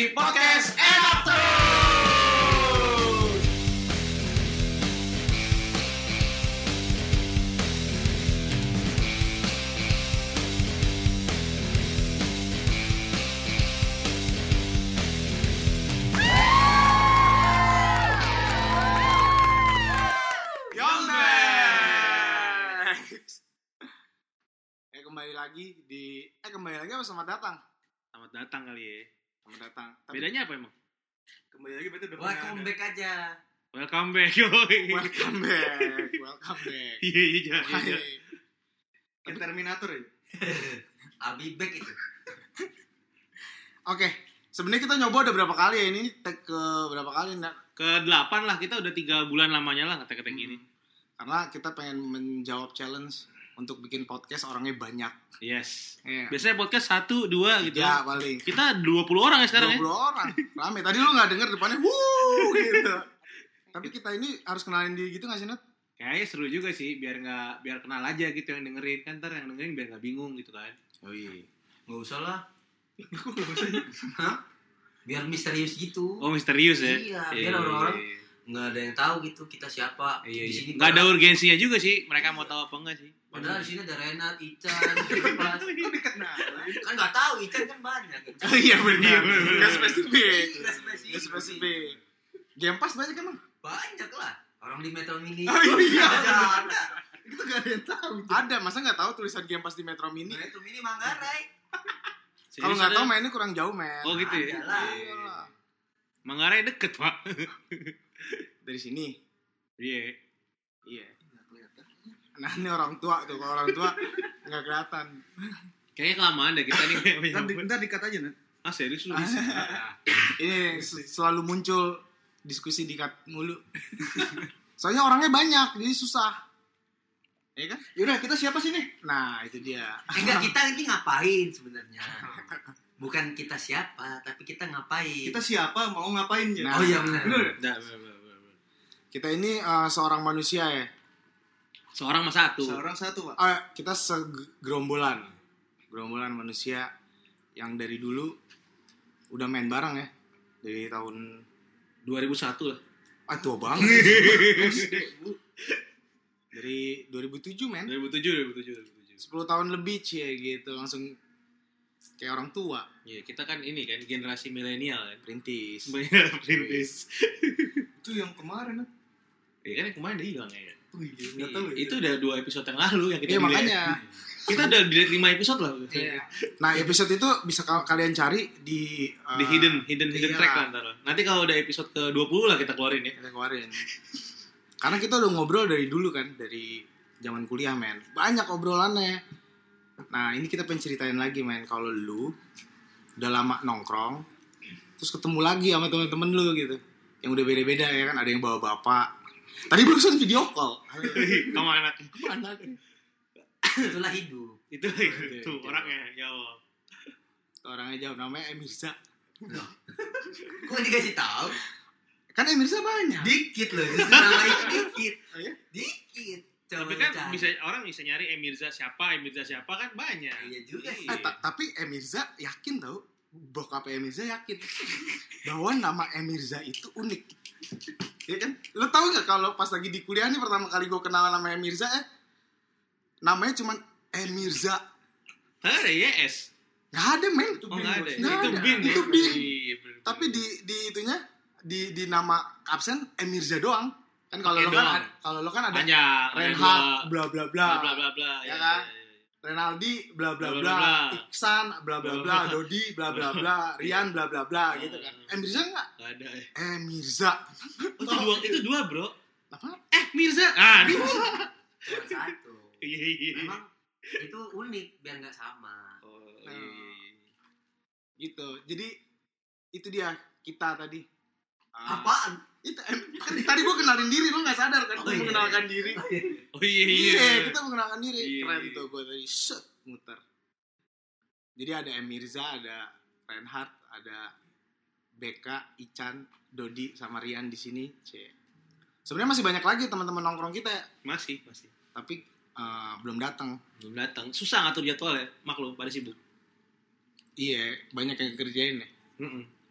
di podcast Enak Terus. Kembali lagi apa selamat datang? Selamat datang kali ya. Selamat datang. Bedanya apa emang? Kembali lagi berarti udah welcome back aja. Welcome back, yoi. Welcome back. Iya. Kayak Terminator ya? I'll be back itu. Oke, sebenarnya kita nyoba udah berapa kali ya? Ini tag ke berapa kali? Ke-8 lah, kita udah 3 bulan lamanya lah ngetek-ngetek gini. Karena kita pengen menjawab challenge untuk bikin podcast orangnya banyak. Yes. Iya. Biasanya podcast 1, 2 gitu. Ya paling. Kita 20 orang ya sekarang 20 orang. Rame. Tadi lu gak denger depannya wuuu gitu. Tapi kita ini harus kenalin diri gitu gak sih, Nat? Kayaknya seru juga sih, biar kenal aja gitu yang dengerin. Kan ntar yang dengerin biar gak bingung gitu kan. Oh iya. Nggak usah lah. Hah? Biar misterius gitu. Oh, misterius ya? Iya, biar orang-orang nggak ada yang tahu gitu kita siapa. Iya. Di sini Nggak ada urgensinya juga sih, mereka mau tahu apa enggak sih. Padahal di sini ada Renat, Ican, Pas. Kok dikenalin? Kan nggak tahu, Ican kan banyak. Oh iya benar. Gak spesifik. Nggak Gak spesifik. Game Pass banyak emang? Banyak lah. Orang di Metro Mini. Oh iya. Ada. Itu gak ada yang tahu. Ada, masa gak tahu tulisan Game Pass di Metro Mini? Metro Mini Manggarai. Kalau gak tahu mainnya kurang jauh, men. Oh gitu ya? Adalah. Iyalah. Manggarai deket, Pak. Dari sini. Iya. Iya. Nah ini orang tua tuh, kalau orang tua gak kelihatan. Kayaknya kelamaan deh kita nih. Ntar dikat aja, Nat. Ah serius lu bisa? Ini selalu muncul diskusi dikat mulu. Soalnya orangnya banyak, jadi susah. Iya kan? Yaudah, kita siapa sih nih? Nah, itu dia. Enggak, kita ini ngapain sebenarnya? Bukan kita siapa, tapi kita ngapain. Kita siapa mau ngapain ya? Nah, oh iya benar. Benar. Kita ini seorang manusia ya. Seorang mas satu. Seorang satu, Pak. Kita segerombolan. Gerombolan manusia yang dari dulu udah main bareng ya. Dari tahun 2001 lah. tua banget. Dari 2007 men. 2007. 10 tahun lebih cie gitu. Langsung kayak orang tua. Iya, kita kan ini kan generasi milenial kan. Perintis. Perintis. Itu yang kemarin. Iya kan yang kemarin dia hilang ya. Oh iya, enggak tahu ya. Itu udah 2 episode yang lalu yang kita Iya delete. makanya. Kita udah delete 5 episode lah. Nah episode itu bisa kalian cari di Di hidden iya. track lah ntar. Nanti kalau udah episode ke-20 lah kita keluarin ya. Kita keluarin. Karena kita udah ngobrol dari dulu kan, dari zaman kuliah men. Banyak obrolannya. Nah ini kita pengen ceritain lagi men. Kalau lu udah lama nongkrong, terus ketemu lagi sama temen-temen lu gitu, yang udah beda-beda ya kan. Ada yang bawa bapak. Tadi barusan video call. Kamu anak. Itulah hidup. Itu orangnya jawab. Orangnya jawab, namanya Emirza. Kok dikasih tahu? Kan Emirza banyak. Dikit loh, justru nama itu dikit. Oh ya? Dikit. Tapi kan orang bisa nyari Emirza siapa kan banyak. Iya juga sih. Tapi Emirza yakin tau, bokap Emirza yakin bahwa nama Emirza itu unik. Ya kan? Lo tau gak kalau pas lagi di kuliah nih pertama kali gue kenalan nama Emirza namanya cuman Emirza. Ada YS. Gak ada men. Oh nggak ada. Nggak Itu ada. bin. Itu bin. Iya, bener. Tapi di itunya di nama absen Emirza doang. Kan kalau Pakai lo kan doang. kalau lo kan ada Banyak. Reinhard bla bla bla. Bla bla bla. Ya kan? Renaldi bla bla Bla, bla, bla, bla. Iksan bla bla bla, Dodi bla bla bla, Rian bla bla bla Iya. gitu kan. Mirza enggak? Nggak ada. Mirza. Oh, itu dua bro. Apa? Mirza. Aduh. Cuma satu. Iya. Memang itu unik biar nggak sama. Oh, Nah. iya. Gitu. Jadi itu dia kita tadi. Apaan? Itu kan tadi gua kenalin diri, lu enggak sadar kan? Oh, Gua iya. mengenalkan diri. Oh iya. Iya, kita mengenalkan diri. Iya, Keren iya. tuh gua tadi set muter. Jadi ada Emirza, ada Reinhard, ada Beka, Ican, Dodi sama Rian di sini. Sebenarnya masih banyak lagi teman-teman nongkrong kita, Masih. tapi belum datang. Belum datang. Susah ngatur jadwal ya. Maklum pada sibuk. Iya, banyak yang kerjain ya.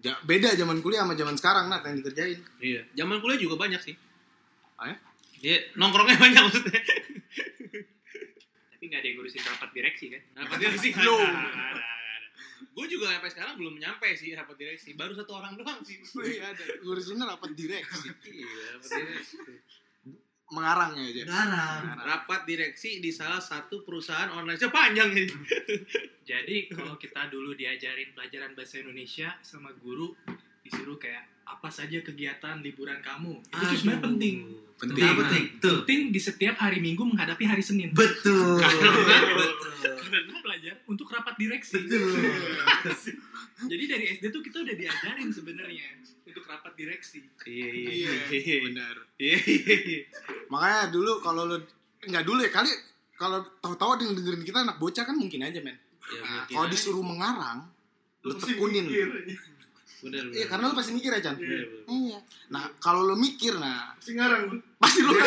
Beda zaman kuliah sama zaman sekarang Nat yang dikerjain. Iya. Zaman kuliah juga banyak sih. Ah, ya? Iya, nongkrongnya banyak maksudnya. Tapi nggak ada yang ngurusin rapat direksi kan? Rapat direksi kan? Loh. Gue juga sampai sekarang belum nyampe sih rapat direksi. Baru 1 orang doang sih. Iya ada. Ngurusinnya rapat direksi. Iya, rapat direksi. Mengarangnya aja. Sekarang. Rapat direksi di salah satu perusahaan online. Sepanjang ini. Jadi kalau kita dulu diajarin pelajaran bahasa Indonesia sama guru disuruh kayak apa saja kegiatan liburan kamu. Itu sebenarnya penting. Tuh. Penting di setiap hari Minggu menghadapi hari Senin. Betul. Karena belajar untuk rapat direksi. Betul. Jadi dari SD tuh kita udah diajarin sebenarnya untuk rapat direksi. Iya. Benar. Iya. Makanya dulu kalau lo nggak dulu ya kali kalau tahu-tahu ada yang dengerin kita anak bocah kan mungkin aja men. Ya, Nah, mungkin kalau aja. disuruh mengarang, lo Lu pasti tekunin. mikir. Bener. Iya karena lo pasti mikir ya Chan. Bener. Iya. Nah kalau lo mikir, nah Pasti ngarang lu. pasti lo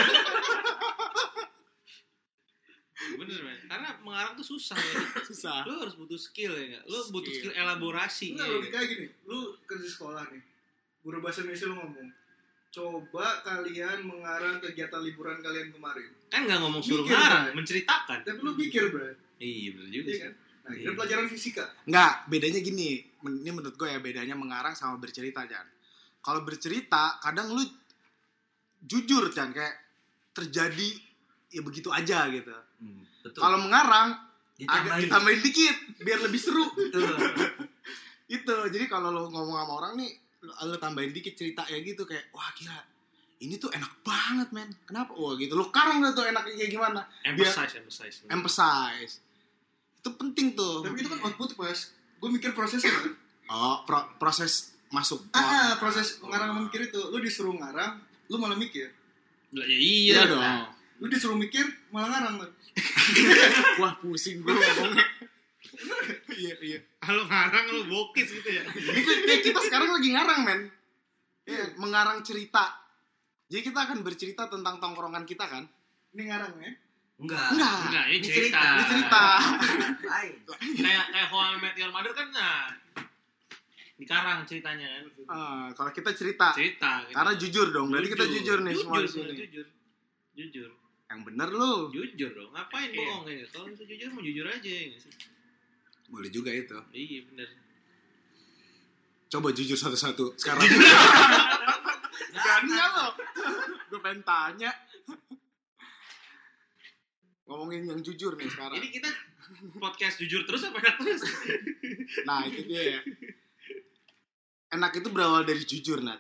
Bener, men. Karena mengarang tuh susah ya. susah. Lu harus butuh skill ya nggak? Lu butuh Skill. skill elaborasi. Enggak, ya. logikanya gini. Lu kerja sekolah nih. Guru bahasa Indonesia lu ngomong. Coba kalian mengarang kegiatan liburan kalian kemarin. Kan nggak ngomong suruh Mikir, ngarang, Bray. menceritakan. Tapi lu pikir, bro. Iya, bener juga Iya sih. kan? Nah, Iya. ini pelajaran fisika. Nggak, bedanya gini. Ini menurut gue ya bedanya mengarang sama bercerita Chan. Kalau bercerita kadang lu jujur Chan kayak terjadi ya begitu aja gitu. Betul. Kalau mengarang agak Ditambahin. ditambahin dikit biar lebih seru. Betul. Itu. Jadi kalau lo ngomong sama orang nih lo tambahin dikit cerita ya gitu kayak wah gila ini tuh enak banget men. Kenapa? Wah gitu. Lo karang dah tuh enaknya kayak gimana? Emphasize. Emphasize. Itu penting tuh. Tapi itu kan output pas. Gue mikir prosesnya kan. Oh, proses masuk. Proses mengarang sama mikir itu. Lu disuruh ngarang, lu malah mikir. Lah, ya Iya iya dong. Lu disuruh mikir, malah ngarang kan. Wah pusing gue ngomongnya. Iya. Kalau ngarang lu bokis gitu ya. Ini kita sekarang lagi ngarang men. Iya, mengarang cerita. Jadi kita akan bercerita tentang tongkrongan kita kan? Ini ngarang ya. Enggak. Enggak, ini cerita. Ini cerita. Lain. Kayak How I Met Your Mother kan nah dikarang ceritanya kan. Kalau kita cerita. Cerita gitu. Karena jujur dong. Berarti kita jujur nih semua di sini. Jujur. Yang bener lu. Jujur dong. Ngapain Iya. bohong ya? Kalau bisa jujur mau jujur aja ya nggak sih? Boleh juga itu. Iya bener. Coba jujur satu-satu. Sekarang. Berani ya lo? Gue pengen tanya. Ngomongin yang jujur nih sekarang. Ini kita podcast jujur terus apa enak terus? Nah itu dia ya. Enak itu berawal dari jujur Nat.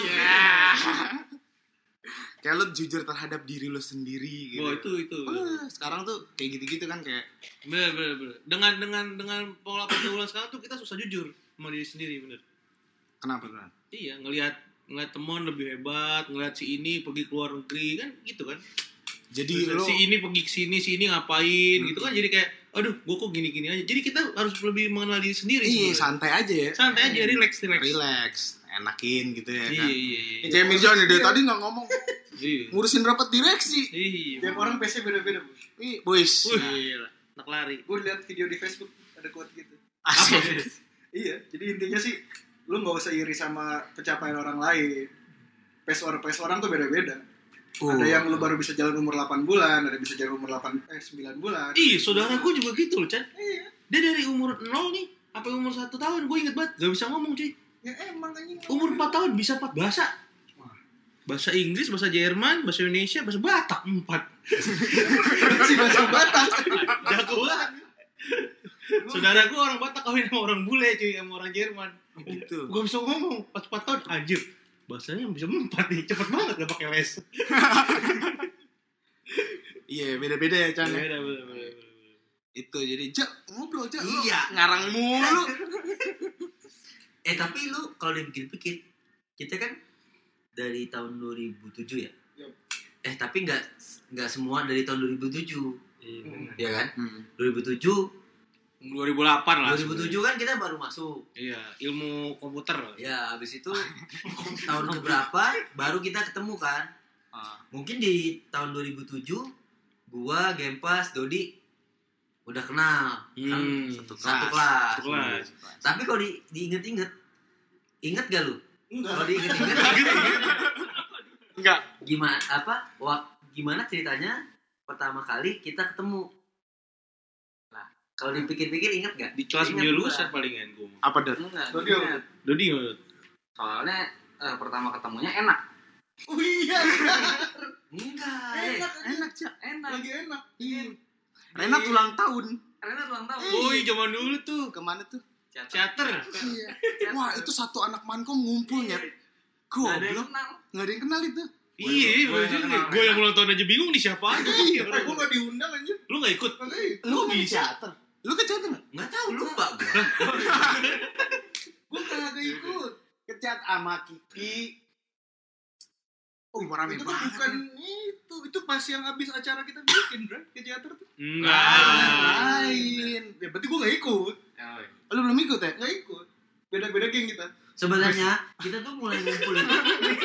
Kayak lo jujur terhadap diri lo sendiri gitu. Oh itu. Sekarang tuh kayak gitu-gitu kan kayak Bener. Dengan pola pergaulan sekarang tuh kita susah jujur sama diri sendiri bener. kenapa tuh Nat? Iya ngelihat teman lebih hebat, ngelihat si ini pergi ke luar negeri kan gitu kan. Jadi Terus lo si ini pergi ke sini, si ini ngapain gitu kan jadi kayak aduh gue kok gini-gini aja. Jadi kita harus lebih mengenal diri sendiri. iya sebenarnya. santai aja ya. Santai aja, relax. Relax, enakin gitu ya kan. Iya. Ini kayak Mirjan ya, dari tadi nggak ngomong Iya. ngurusin rapat direksi. Iya. Tiap orang PC beda-beda, Bos. Ih, boys. Wih, gila. Anak lari. Gue lihat video di Facebook ada quote gitu. Asik. Iya, jadi intinya sih lu nggak usah iri sama pencapaian orang lain. Pace orang tuh beda-beda. Ada yang lu baru bisa jalan umur 8 bulan, ada yang bisa jalan umur 9 bulan. Ih, saudara gue juga gitu loh, Chan. Iya. Dia dari umur 0 nih, sampai umur 1 tahun, gue inget banget. Gak bisa ngomong, cuy. Ya emang anjing. Umur 4 tahun bisa 4 bahasa. Bahasa Inggris, bahasa Jerman, bahasa Indonesia, bahasa Batak 4. si bahasa Batak. Jago banget. Saudara gue orang Batak kawin sama orang bule, cuy, sama orang Jerman. Gitu. Gue bisa ngomong, pas 4 tahun, anjir. Bahasanya bisa 4 nih, cepet banget gak pakai les. Iya, beda-beda ya Chan. Beda. Itu jadi ngobrol aja. Iya. Ngarang mulu. Tapi lu kalau dipikir-pikir, kita kan dari tahun 2007 ya. Yap. Tapi nggak semua dari tahun 2007, ya kan? 2007 2008 lah. 2007 kan kita baru masuk. Iya, ilmu komputer. Ya, habis itu tahun keberapa baru kita ketemu kan? Mungkin di tahun 2007 gua, Gempas, Dodi udah kenal kan Hmm, satu kelas. kelas. Tapi kalau diinget-inget Ingat gak lu? Enggak. Kalau diinget-inget Enggak. gimana ceritanya pertama kali kita ketemu? Nah, kalau dipikir-pikir ingat gak? Di kelas Ingat jurusan gua. palingan gue. Apa Dot? Enggak, Dodi, ingat. Dodi menurut. Soalnya pertama ketemunya enak. Oh iya. Enggak. Enak, Cak. Enak. Lagi enak. Renat ulang tahun. Karena ulang tahun. Woi, zaman dulu tuh. Kemana tuh? Teater. Iya. Wah, itu satu anak Mankom ngumpulnya. Nggak ada yang Goblok. kenal. Nggak ada yang kenal itu. Iya, gue yang ulang tahun aja bingung nih siapa aja. Gue gak diundang anjir. Lu gak ikut? Lu kan ke teater. Lu ke teater nggak? Enggak tahu, lupa gua. Gue kagak ikut. Ke teater sama Kiki. Oh, rame Itu kan banget. bukan itu pas yang habis acara kita bikin, bro, ke teater tuh. Enggak. Lain. Ya berarti gue gak ikut. Oh, iya. Lu belum ikut ya? Gak ikut. Beda-beda geng kita. Sebenarnya kita tuh mulai ngumpul itu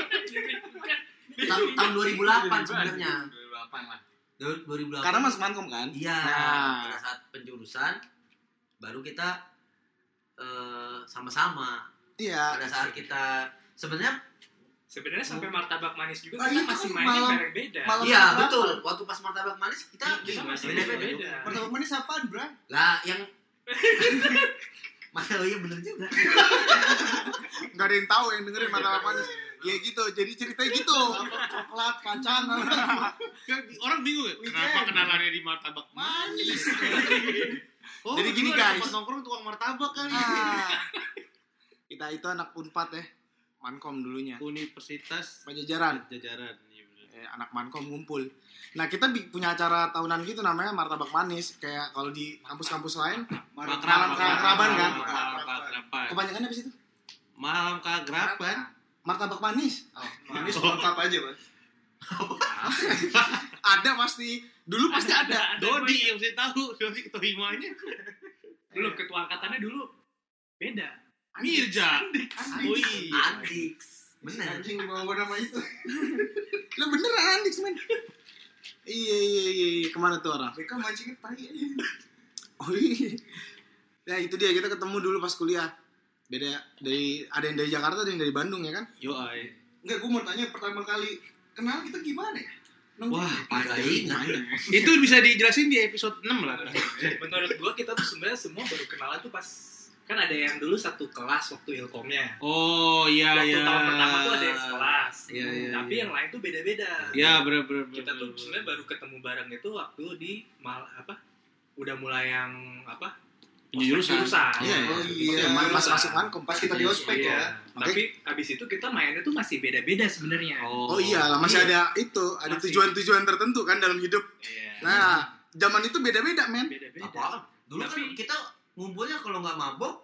tahun 2008 sebenarnya. 2008 lah. 2008. Karena Mas Mankom kan? Iya, Nah. pada saat penjurusan baru kita sama-sama. Iya. Pada saat kita sebenarnya Sebenarnya sampai martabak manis juga Ah, kita itu masih kan mainnya malam- bareng beda. malam- iya apa? betul. Waktu pas martabak manis kita Kita masih beda-beda. beda. Martabak manis apaan, bro? Lah yang Masa iya bener juga. Nggak ada yang tahu yang dengerin martabak manis. Ya gitu, jadi ceritanya gitu. Coklat, kacang. Kan orang bingung ya, kenapa Weekend. kenalannya di martabak manis? Oh, Jadi gini, dulu ada guys. tempat nongkrong tukang martabak kali. Kita itu anak Unpad ya. Mankom dulunya. Universitas Pajajaran. Jajaran. Iya bener. Anak Mankom ngumpul. Nah, kita punya acara tahunan gitu namanya martabak manis. Kayak kalau di kampus-kampus lain, malam keakraban kan. Malam keakraban. Kebanyakan apa sih itu? Malam keakraban. Martabak manis. Manis lengkap aja, Mas. Ada pasti. Dulu pasti ada. Dodi yang saya tahu, Dodi ketua himanya. Belum ketua angkatannya dulu beda. Mirja. Oh iya. Adik. Bener. Anjing bawa nama itu. Lah beneran Dix men. Iya. Kemana tuh orang? Mereka mancingnya tai aja. Oh iya. Ya itu dia, kita ketemu dulu pas kuliah. Beda ada yang dari Jakarta, ada yang dari Bandung ya kan? Yo ay. Enggak, gue mau tanya pertama kali kenal kita gimana ya? Nongkrong. Wah, Pada ingat. itu bisa dijelasin di episode 6 lah. Menurut gua kita tuh sebenarnya semua baru kenalan tuh pas kan ada yang dulu satu kelas waktu ilkomnya. Oh iya Waktu iya. tahun pertama tuh ada yang sekelas. Iya, iya, Tapi iya. yang lain tuh beda-beda. Ya bener. Kita tuh sebenarnya baru ketemu bareng itu waktu di udah mulai yang Jurusan. Iya. Oh iya. Pas masuk Mankom. Pas kita di ospek ya. Tapi abis itu kita mainnya tuh masih beda-beda sebenarnya. Oh iya lah, masih ada itu, ada Masih. tujuan-tujuan tertentu kan dalam hidup. Iya. Nah, zaman itu beda-beda men. Beda-beda. Apaan? Dulu Tapi- kan kita ngumpulnya kalau nggak mabok.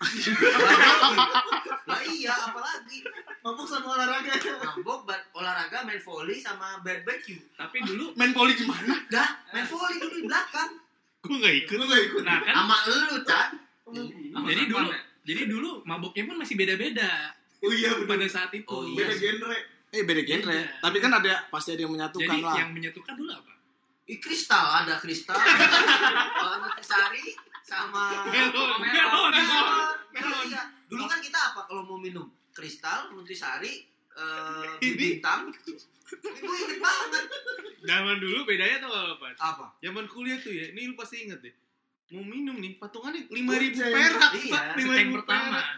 Lah iya, apalagi Mabuk sama olahraga. mabok, olahraga, main volley sama barbecue. Tapi dulu Main poli di mana? Dah, main volley dulu di belakang. Gue gak ikut. Lu gak ikut? nah kan Sama lu, Chan. jadi dulu maboknya pun masih beda-beda Oh iya bener. pada saat itu. Oh, iya. Beda genre. Beda genre. Iya. Tapi kan ada pasti ada yang menyatukan Jadi lah. yang menyatukan dulu apa? Kristal, ada kristal. Nutrisari sama Melon. Iya. Dulu kan kita apa kalau mau minum? Kristal, nutrisari, bintang. Itu inget banget. Zaman dulu bedanya tuh apa? Apa? Zaman kuliah tuh ya, ini lu pasti inget deh. Mau minum nih, patungannya 5.000 Goceng. perak. Iya, Pak. Seteng 5.000 pertama. perak.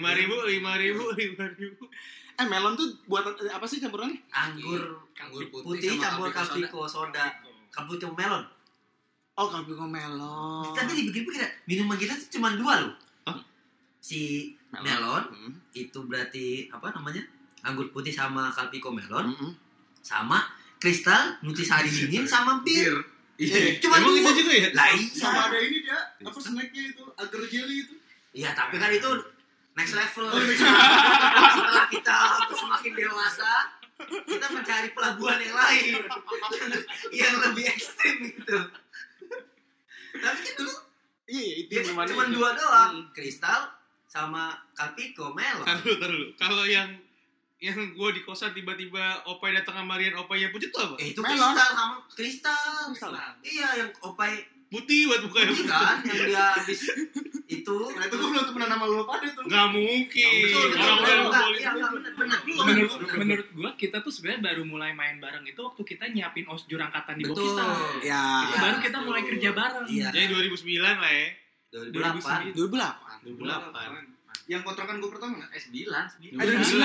5.000. Melon tuh buat apa sih campurannya? Anggur putih campur kalpiko soda. Kalpiko melon. Oh, kalpiko melon. Tadi dipikir-pikir ya, minuman kita tuh cuma 2 loh. Hah? Si melon itu berarti apa namanya? Anggur putih sama kalpiko melon sama kristal, nutrisari dingin sama bir. Iya, Cuma emang 2. itu juga ya? Lah Sama iya. ada ini dia, apa snacknya itu, agar jelly itu. Iya, tapi kan itu next level. Oh, next Setelah kita semakin dewasa, kita mencari pelabuhan yang lain yang lebih ekstrim gitu. Tapi kan dulu Iya, itu dia minumannya cuma itu. 2 doang, kristal sama kalpiko melon. Taruh. Kalau yang gue di kosan tiba-tiba Opai datang sama Rian, Opai yang pucet tuh apa? Itu Melon. kristal sama kristal. Kristal. Iya, yang Opai Putih buat buka Ini kan yang dia habis itu. Nah itu gue belum pernah nama lu pada tuh. Nggak mungkin. Betul, Orang-orang enggak, politik. iya, enggak, benar. Menurut gua kita tuh sebenarnya baru mulai main bareng itu waktu kita nyiapin osjur angkatan di bawah Betul. kita. Ya. Itu baru kita mulai kerja bareng. Iya. Jadi 2009 lah ya. 2008. 2008. 2008. Yang kontrakan gue pertama nggak? 9.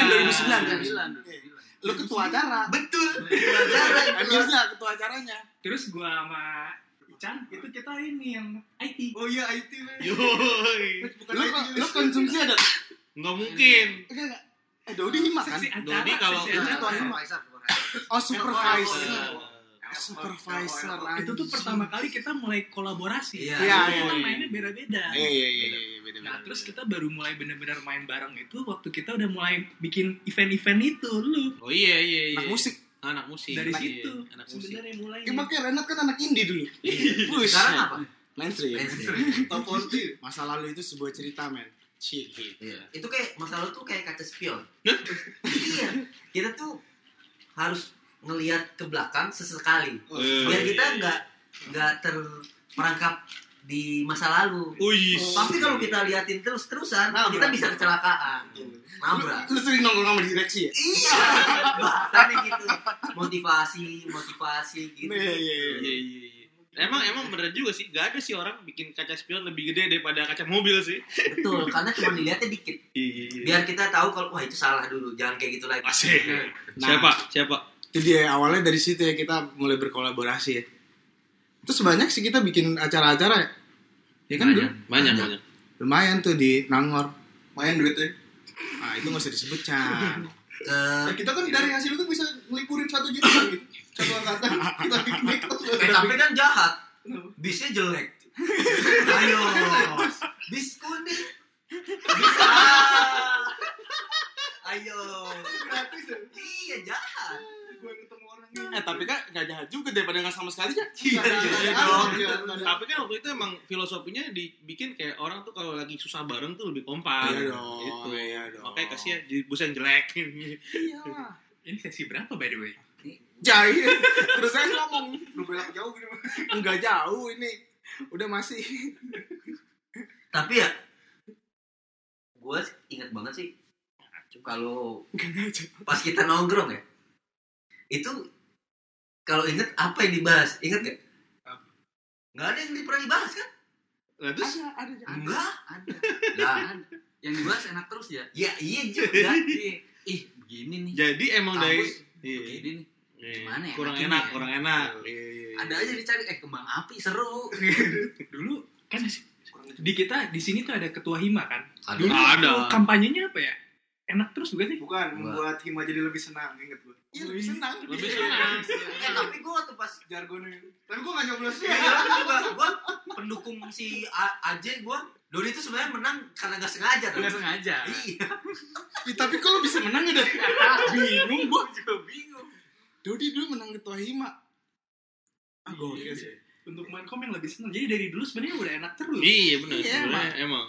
2009. Lu ketua acara. Betul. Pelajaran. Emilnya ketua acaranya. Terus gua sama Ican itu kita ini yang IT. Oh iya IT men. Yoi. Bukan Lu IT. lu konsumsi ada. Nggak mungkin. Enggak. Dodi Hima kan? Seksi acara, Dodi kalau seksi acara. ketua Hima. Oh, supervisor. Supervisor. Itu tuh pertama kali kita mulai kolaborasi. Iya. Iya, Kita iya, kan iya. mainnya beda-beda. Iya, beda. Nah, terus kita baru mulai benar-benar main bareng itu waktu kita udah mulai bikin event-event itu lu. Oh iya. Anak musik. Anak musik. Dari Iya, situ Anak musik. sebenarnya mulai. Ya makanya Renat kan anak indie dulu. Buset. Sekarang apa? Mainstream. Top 40. Masa lalu itu sebuah cerita, men. Shit. Iya. Itu kayak masalah tuh kayak kaca spion. Iya. Kita tuh harus ngelihat ke belakang sesekali. Biar kita nggak terperangkap di masa lalu. Wih. Tapi kalau kita liatin terus-terusan, Nabrak. kita bisa kecelakaan. Nabrak. Lu sering nongkrong sama direksi ya? Iya. Bahkan gitu. Motivasi gitu. Iya. Emang bener juga sih, gak ada sih orang bikin kaca spion lebih gede daripada kaca mobil sih. Betul, karena cuma dilihatnya dikit. Iya. Biar kita tahu kalau wah itu salah dulu, jangan kayak gitu lagi. Asik. Nah. Siapa? Itu dia awalnya dari situ ya kita mulai berkolaborasi ya. Terus banyak sih kita bikin acara-acara ya. Ya kan dulu Banyak. lumayan tuh di Nangor. Main duitnya. Nah itu nggak usah disebut Chan. Nah, kita kan dari hasil itu bisa ngelipurin 1 juta gitu. Satu angkatan kita piknik terus. Tapi kan jahat. Bisnya jelek. Ayo. Bis kuning. Bis Ayo. Gratis ya. Iya jahat. Gue ketemu orang ini. Tapi kan nggak jahat juga daripada nggak sama sekali ya. Iya dong. Tapi kan waktu itu emang filosofinya dibikin kayak orang tuh kalau lagi susah bareng tuh lebih kompak. Iya dong. Gitu. Iya dong. Makanya kasihan jadi bus yang jelek. Iyalah. Ini sesi berapa by the way? Jahil. Terus saya ngomong Lu belok jauh gitu. nggak jauh ini. Udah masih. Tapi ya gue ingat banget sih kalau pas kita nongkrong ya itu kalau inget apa yang dibahas inget gak? Nggak ada yang pernah dibahas kan? Lah terus Ada. Enggak. Ada. Nah, Yang dibahas enak terus ya. ya iya juga. Ih, begini nih. jadi emang dari Kampus begini nih. Gimana ya? kurang Enaknya enak, ya? kurang enak. Ada aja dicari kembang api seru. Dulu kan di kita di sini tuh ada ketua hima kan. Ada. Dulu Ada. tuh kampanyenya apa ya? Enak terus bukan sih? Bukan membuat Hima jadi lebih senang, inget gue. Iya lebih senang. Lebih senang. Tapi gue waktu pas Jargonnya. Tapi gue gak nyoblos ya, gue pendukung si Ajay gue Dodi itu sebenarnya menang karena nggak sengaja tuh. Nggak sengaja. Iya. Tapi kalau bisa menang ya dari bingung gua. juga bingung. Dodi dulu menang ketua Hima. Gokil sih. Untuk Mankom yang lebih seneng. Jadi dari dulu sebenarnya udah enak terus. Iya benar. Iya, Sebenarnya emang.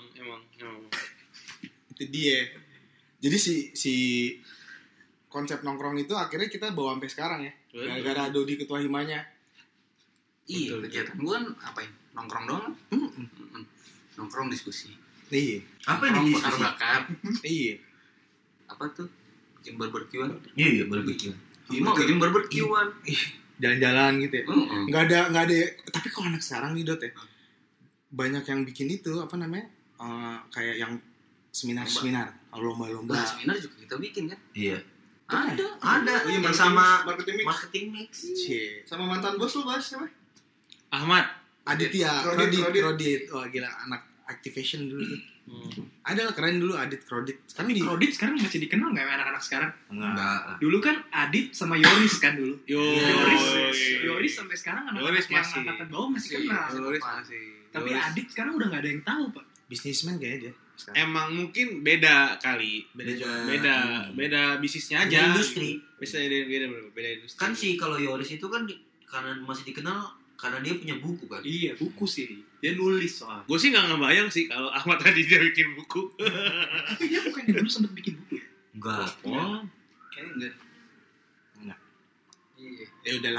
Itu dia. Jadi si konsep nongkrong itu akhirnya kita bawa sampai sekarang ya. Gara-gara Dodi ketua Himanya. Iya, Betul. kegiatan gue kan apain? Nongkrong doang. Nongkrong diskusi. Iya. Apa yang Nongkrong diskusi? bakar-bakar. Iya. Apa tuh? Bikin barbekyuan. Iya, barbecue. Mau bikin barbekyuan. Jalan-jalan gitu ya. Heeh. Nggak ada. Tapi kok anak sekarang nih Dot ya. Banyak yang bikin itu apa namanya? Kayak yang seminar, lomba-lomba. Nah, seminar juga kita bikin kan? Iya. Ada. Ada Oh iya, bersama marketing mix. marketing mix. Cie. Sama mantan bos lu bahas siapa? Ahmad. Aditya, Krodit. Krodit. Wah gila, anak Activation dulu tuh. Ada lah keren dulu Adit Krodit. Tapi Krodit sekarang masih dikenal nggak sama anak-anak sekarang? Enggak. Dulu kan Adit sama Yoris kan dulu. Yoris. Yoris sampai sekarang anak-anak Yoris yang masih. angkatan bawah masih kenal. Yoris masih. Tapi Yoris Adit sekarang udah nggak ada yang tahu, Pak. bisnismen kayaknya dia. Sekarang. Emang mungkin beda kali. Beda juga. Beda bisnisnya Beda aja. industri. Beda industri. Kan sih kalau Yoris itu kan karena masih dikenal karena dia punya buku kan. Iya, buku sih. Dia nulis soal. Gue sih nggak ngebayang sih kalau Ahmad tadi dia bikin buku. Tapi dia bukannya dulu sempat bikin buku. Enggak. Oh. Kayaknya enggak. Enggak. Iya. Ya udahlah.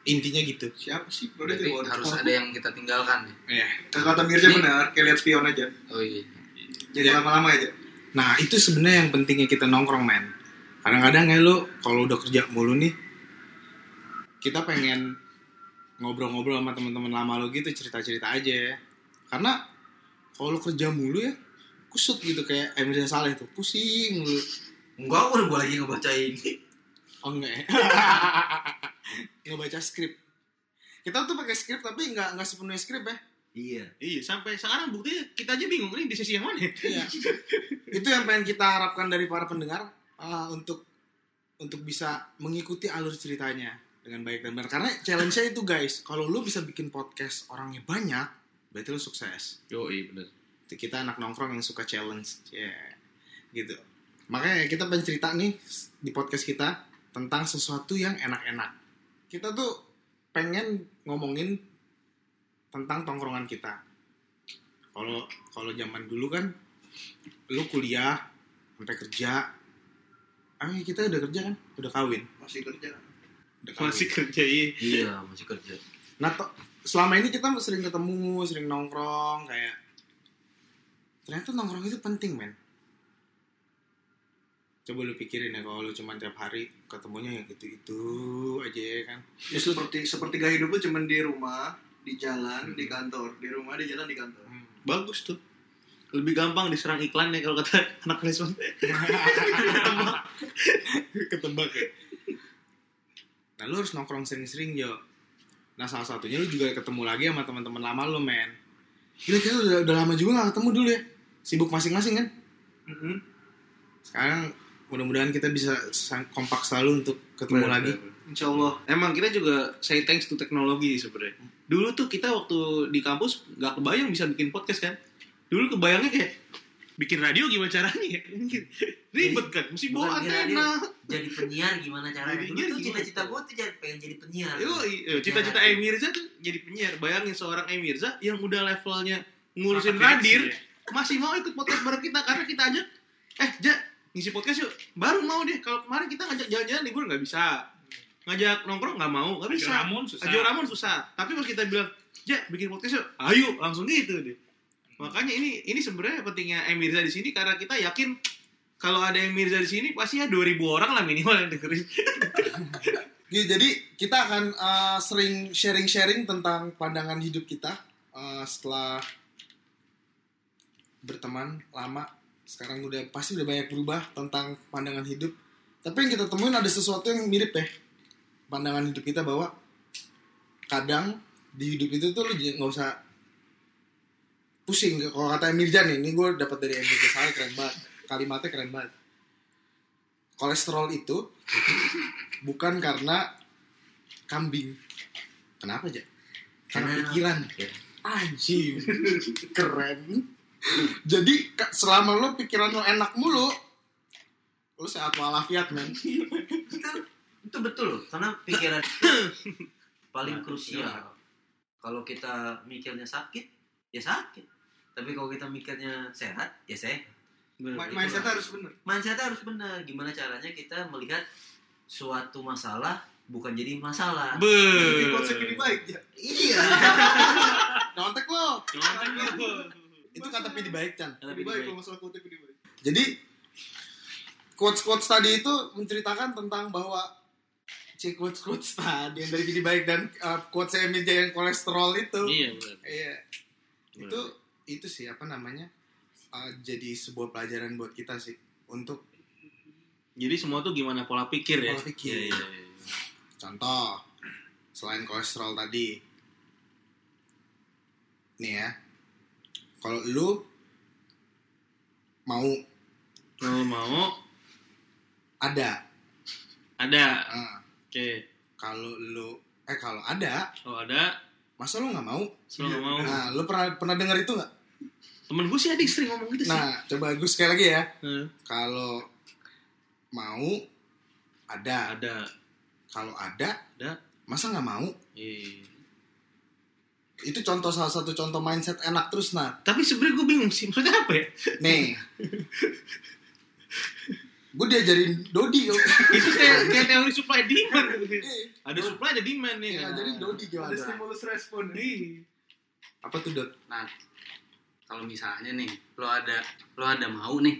Intinya gitu. Siapa sih? Bro, Berarti harus ada yang kita tinggalkan. Iya. Kata Mirza benar, kayak lihat spion aja. Oh iya. Jadi lama-lama aja. Nah itu sebenarnya yang pentingnya kita nongkrong men. Kadang-kadang ya lu kalau udah kerja mulu nih, kita pengen ngobrol-ngobrol sama teman-teman lama lu gitu, cerita-cerita aja. Karena kalau lu kerja mulu ya, kusut gitu kayak Emir Saleh tuh, pusing lu. Enggak, gue lagi ngebaca ini. Oh enggak ya? Nggak baca skrip. Kita tuh pakai skrip tapi nggak sepenuhnya skrip ya. Iya. Sampai sekarang buktinya kita aja bingung ini di sisi yang mana. Iya. Itu yang pengen kita harapkan dari para pendengar untuk bisa mengikuti alur ceritanya dengan baik dan benar. Karena challenge-nya itu guys, kalau lu bisa bikin podcast orangnya banyak, berarti lu sukses. Yo, iya benar. Kita anak nongkrong yang suka challenge, gitu. Makanya kita pengen cerita nih di podcast kita tentang sesuatu yang enak-enak. Kita tuh pengen ngomongin tentang tongkrongan kita. Kalau zaman dulu kan, lu kuliah sampai kerja. Kita udah kerja kan, udah kawin. Masih kerja. Udah kawin. Masih kerja iya. Iya, masih kerja. Nah, selama ini kita sering ketemu, sering nongkrong, kayak ternyata nongkrong itu penting, men. Coba lu pikirin ya, kalau lu cuma tiap hari ketemunya yang gitu-gitu aja ya kan. Ya, seperti gaya hidup lu cuma di rumah, di jalan, di kantor, di rumah, di jalan, di kantor. Bagus tuh. Lebih gampang diserang iklan ya kalau kata anak manajemen. Ketebak ya. Nah, lu harus nongkrong sering-sering, Jo. Nah, salah satunya lu juga ketemu lagi sama teman-teman lama lu, men. Gila, kita udah lama juga gak ketemu dulu ya. Sibuk masing-masing kan. Sekarang mudah-mudahan kita bisa kompak selalu untuk ketemu lagi. Insya Allah. Emang kita juga say thanks to teknologi sebenarnya. Dulu tuh kita waktu di kampus nggak kebayang bisa bikin podcast kan. Dulu kebayangnya kayak bikin radio gimana caranya ya? Ribet kan, mesti bawa antena. Jadi penyiar gimana caranya? Jadi Dulu penyiar tuh gimana? cita-cita gue tuh pengen jadi penyiar. Cita-cita Emirza tuh jadi penyiar. Bayangin seorang Emirza yang udah levelnya ngurusin Rapat radir, direksi, masih mau ikut podcast bareng kita karena kita ajak, ngisi podcast yuk. Baru mau deh. Kalau kemarin kita ngajak jalan-jalan libur nggak bisa. Ngajak nongkrong nggak mau, nggak bisa. Ajo Ramon susah. Tapi pas kita bilang, bikin podcast yuk, ayo langsung gitu deh. Makanya ini sebenarnya pentingnya Emirza di sini karena kita yakin kalau ada Emirza di sini pasti ya 2.000 orang lah minimal yang dengerin. Jadi kita akan sering sharing-sharing tentang pandangan hidup kita setelah berteman lama. Sekarang pasti udah banyak berubah tentang pandangan hidup. Tapi yang kita temuin ada sesuatu yang mirip ya. Pandangan hidup kita bahwa kadang di hidup itu tuh lu nggak usah pusing. Kalau kata Emirjan ini gue dapat dari Emirjan Saleh, keren banget. Kalimatnya keren banget. Kolesterol itu bukan karena kambing. Kenapa aja? Karena pikiran. Anjing. Keren. Jadi selama lo pikiran lo enak mulu, lo sehat walafiat, men. Itu betul loh, karena pikiran paling krusial. Kalau kita mikirnya sakit, ya sakit. Tapi kalau kita mikirnya sehat, ya sehat. Mindset-nya harus benar. Mindset-nya harus benar. Gimana caranya kita melihat suatu masalah bukan jadi masalah. Jadi konsep ini baik ya. Iya. Nontek lo. Itu kata Pidi baik, Chan. Ini baik kalau masalah kutip ini baik. Jadi quotes tadi itu menceritakan tentang bahwa quotes tadi yang dari Pidi baik dan quotes Emirja yang kolesterol itu. Iya benar. Iya. Itu sih apa namanya? Jadi sebuah pelajaran buat kita sih untuk jadi semua tuh gimana pola pikir ya. Pola pikir. Iya. Contoh selain kolesterol tadi. Nih ya. Kalau lu mau ada. Oke. Kalau ada, masa lu nggak mau? Selalu nggak mau. Nah, lu pernah dengar itu nggak? Temen gue sih ada yang sering ngomong gitu sih. Nah, coba gue sekali lagi ya. Kalau Mau ada. Kalau ada, masa nggak mau? Iya. Itu salah satu contoh mindset enak terus, nah. Tapi sebenarnya gue bingung sih, maksudnya apa ya? Nih, gue diajarin Dodi. Itu kayak teori supply demand. Ada supply ada demand nih. Diajarin Dodi gimana? Ada stimulus respon nih. Apa tuh, Dot? Nah, kalau misalnya nih lo ada mau nih,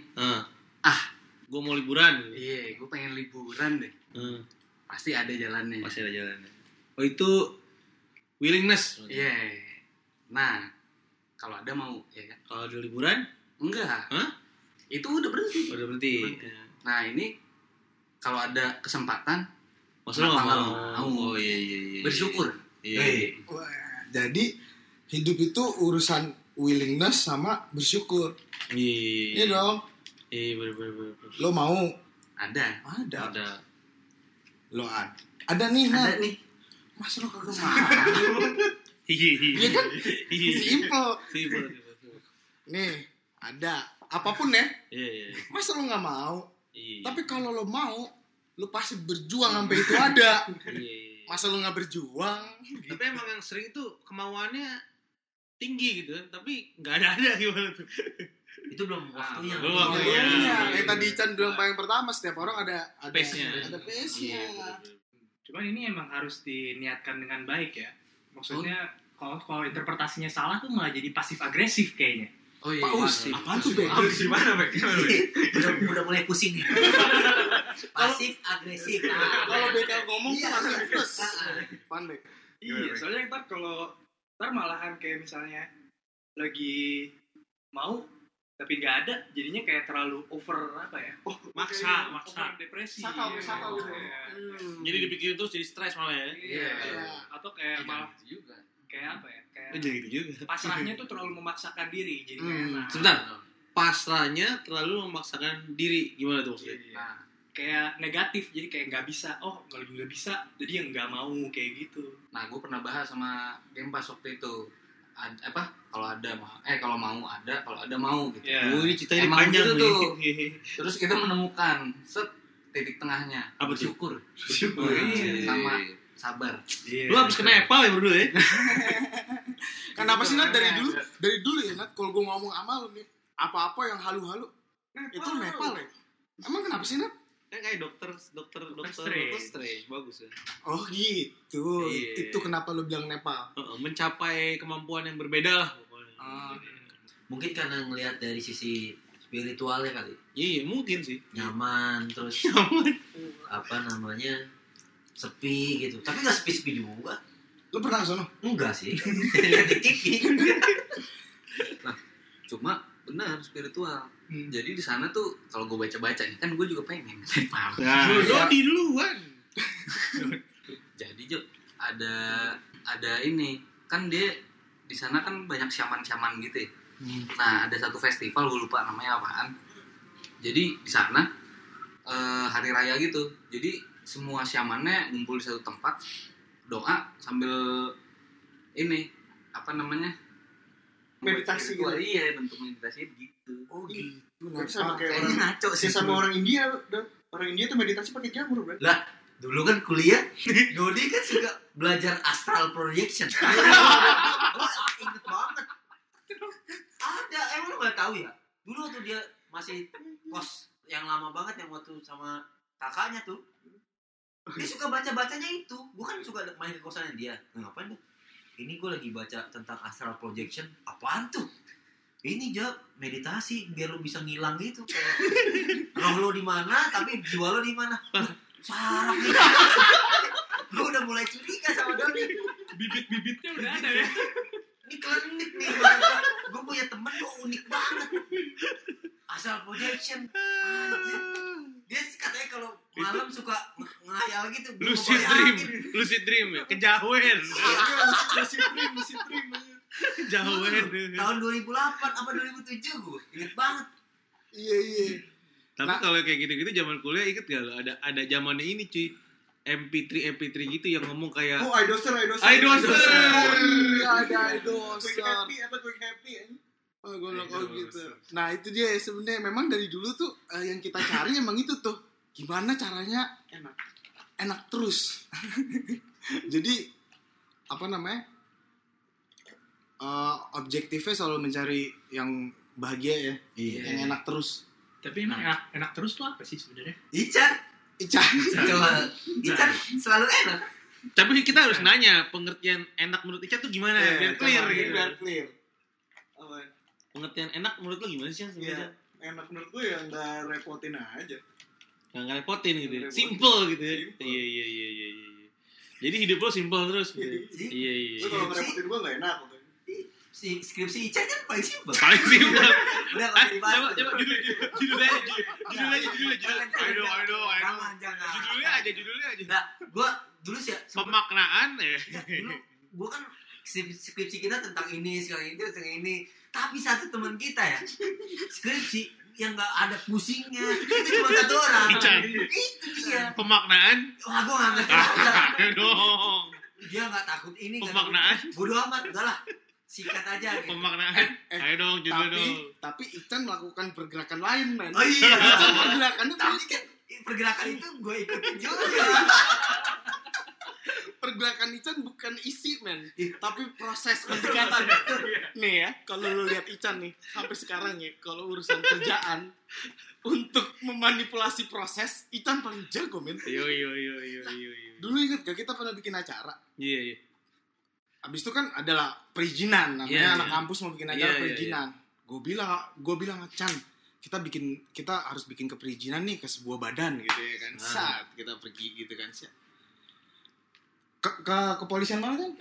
Gue mau liburan. iya, gue pengen liburan deh, pasti ada jalannya. Masih ada jalannya. Oh itu willingness. Iya. Nah, kalau ada mau, ya kan? Kalau ada liburan, Enggak. Hah? Itu udah berhenti. udah berhenti. Nah, ini kalau ada kesempatan, Masa lo nggak Kenapa mau? nggak mau? Oh iya. bersyukur. Iya. Wah, jadi hidup itu urusan willingness sama bersyukur. Iya Iya. dong. Iya bener. Lo mau? Ada. Ada. Lo ada nih, Nat. Ada nih. Masa lo kagak mau? Iya kan? Simple. Simple. Nih, ada. Apapun ya. Iya. Masa lo nggak mau? Iya. Tapi kalau lo mau, lo pasti berjuang sampai itu ada. Iya. Masa lo nggak berjuang? Tapi emang yang sering itu kemauannya tinggi gitu kan, tapi nggak ada gimana tuh. Itu belum waktunya. belum waktunya. Kayak tadi Chan bilang paling pertama, setiap orang ada Pace-nya. Ada pace-nya. Cuman ini emang harus diniatkan dengan baik ya. Maksudnya kalau interpretasinya salah tuh malah jadi pasif agresif kayaknya. Oh iya. Paus. Apaan tuh, Bek? Gimana, Bek? Udah mulai pusing nih. Pasif agresif. Kalau Beka ngomong tuh Iya. langsung plus. Pan, Bek. Iya, soalnya ntar malahan kayak misalnya lagi mau tapi nggak ada, jadinya kayak terlalu over apa ya? Maksa. Over depresi. Sakau gitu. Iya. Jadi dipikirin terus jadi stres malah ya. Iya. Iya. Atau kayak malah juga. kayak apa ya? Kayak Jadi gitu juga. pasrahnya tuh terlalu memaksakan diri, jadi kayak enak. Sebentar. Pasrahnya terlalu memaksakan diri. Gimana tuh maksudnya? Iya. Kayak negatif, jadi kayak nggak bisa. Oh, kalau nggak bisa, jadi yang nggak mau kayak gitu. Nah, gue pernah bahas sama Gempas waktu itu. Kalau mau ada, kalau ada mau gitu. Iya. Oh, ini ceritanya Emang panjang gitu nih. tuh. Terus kita menemukan titik tengahnya. Apa tuh? Bersyukur. Bersyukur. Iya. Sama sabar. Lu habis ke Nepal ya berdua ya? Kenapa sih, Nat, dari dulu ya, Nat, kalau gue ngomong sama lu nih, apa-apa yang halu-halu itu Nepal ya? Emang kenapa sih, Nat? Kan kayak dokter Strange. Bagus ya. Oh gitu. Iya. Itu kenapa lu bilang Nepal? Mencapai kemampuan yang berbeda lah pokoknya. Mungkin karena ngelihat dari sisi spiritualnya kali. Iya, mungkin sih. Nyaman, terus apa namanya, sepi gitu. Tapi nggak sepi-sepi juga. Lu pernah ke sono? Enggak sih. Lihat di TV. Cuma benar spiritual. Jadi di sana tuh kalau gue baca-baca nih kan gue juga pengen. Nah, Dodi duluan. Jadi Jo ada ini kan dia di sana kan banyak syaman-syaman gitu ya. Nah ada satu festival gue lupa namanya apaan. Jadi di sana hari raya gitu. Jadi semua syamannya ngumpul di satu tempat doa sambil ini apa namanya Meditasi gitu. Iya bentuk meditasi gitu. Oh gitu. Sama kayak Kayaknya orang ngaco sih. sama orang India. Orang India tuh meditasi pakai jamur, Bro. Lah, dulu kan kuliah, Dodi kan suka belajar astral projection. Gua inget banget. Ada, emang lu gak tahu ya? Dulu waktu dia masih kos yang lama banget, yang waktu sama kakaknya tuh, dia suka baca-bacanya itu. Gue kan suka main ke kosannya dia. Nah, ngapain tuh? Ini gue lagi baca tentang astral projection. Apaan tuh? Ini meditasi biar lo bisa ngilang gitu. Kayak roh lo di mana, tapi jiwa lo di mana? Sarap nih. Gue udah mulai curiga sama Doni. Bibit-bibitnya udah ada ya. Ini klinik nih. Gue punya temen kok unik banget. Astral projection. Anjir. Dia katanya kalau malam suka ngayal gitu. Gua bayangin. Lucid dream ya, kejawen. Lucid dream. Kejawen. Tahun 2008 apa 2007 gue inget banget. Iya. Tapi kalau kayak gitu-gitu zaman kuliah inget gak lo? Ada zamannya ini cuy. MP3 gitu yang ngomong kayak Oh, idoser. Idoser. Iya, ada idoser. Quick happy. Oh, gue bilang gitu. Nah, itu dia sebenarnya memang dari dulu tuh yang kita cari emang itu tuh. Gimana caranya enak terus. Jadi apa namanya? Objektifnya selalu mencari yang bahagia ya. Iya. Yang enak terus. Tapi emang enak terus tuh apa sih sebenarnya? Ican. Coba Ican selalu enak. Tapi kita harus nanya pengertian enak menurut Ica tuh gimana biar clear gitu. Biar clear. Apa? Pengertian enak menurut lo gimana sih yang sebenarnya? Enak menurut gue ya nggak repotin aja. Nggak repotin gitu ya. Repotin. Simple gitu ya. Simple. Iya. Jadi hidup lo simple terus gitu. Iya. Lu kalau ngerepotin gue nggak enak. Si skripsi Ican kan paling simpel. Paling simple. Udah nggak usah dibahas. Coba judul aja. Ayo. Jangan. Judulnya aja. Nah, gue dulu sih ya, Pemaknaan ya. dulu gue kan skripsi kita tentang ini sekarang ini. Tapi satu teman kita ya skripsi yang nggak ada pusingnya itu cuma satu orang. Ican. Itu dia. Pemaknaan. Wah, gue nggak ngerti. Ayo dong. Dia nggak takut ini. Pemaknaan. Bodoh amat, udahlah. Sikat aja gitu. Pemaknaan. Ayo dong judulnya dong. Tapi Ican melakukan pergerakan lain, men. Oh iya. Ican pergerakannya Tapi kan pergerakan itu gue ikutin juga. pergerakan Ican bukan isi, men. Tapi proses pendekatan. Nih ya, kalau lu lihat Ican nih sampai sekarang ya, kalau urusan kerjaan untuk memanipulasi proses, Ican paling jago, men. Yo. Dulu inget gak kita pernah bikin acara? Iya. Abis itu kan adalah perizinan, namanya Iya. anak kampus mau bikin acara Iya. perizinan. Gue bilang Chan, kita harus bikin keperizinan nih ke sebuah badan gitu ya kan. Saat kita pergi gitu kan. Ke kepolisian mana kan?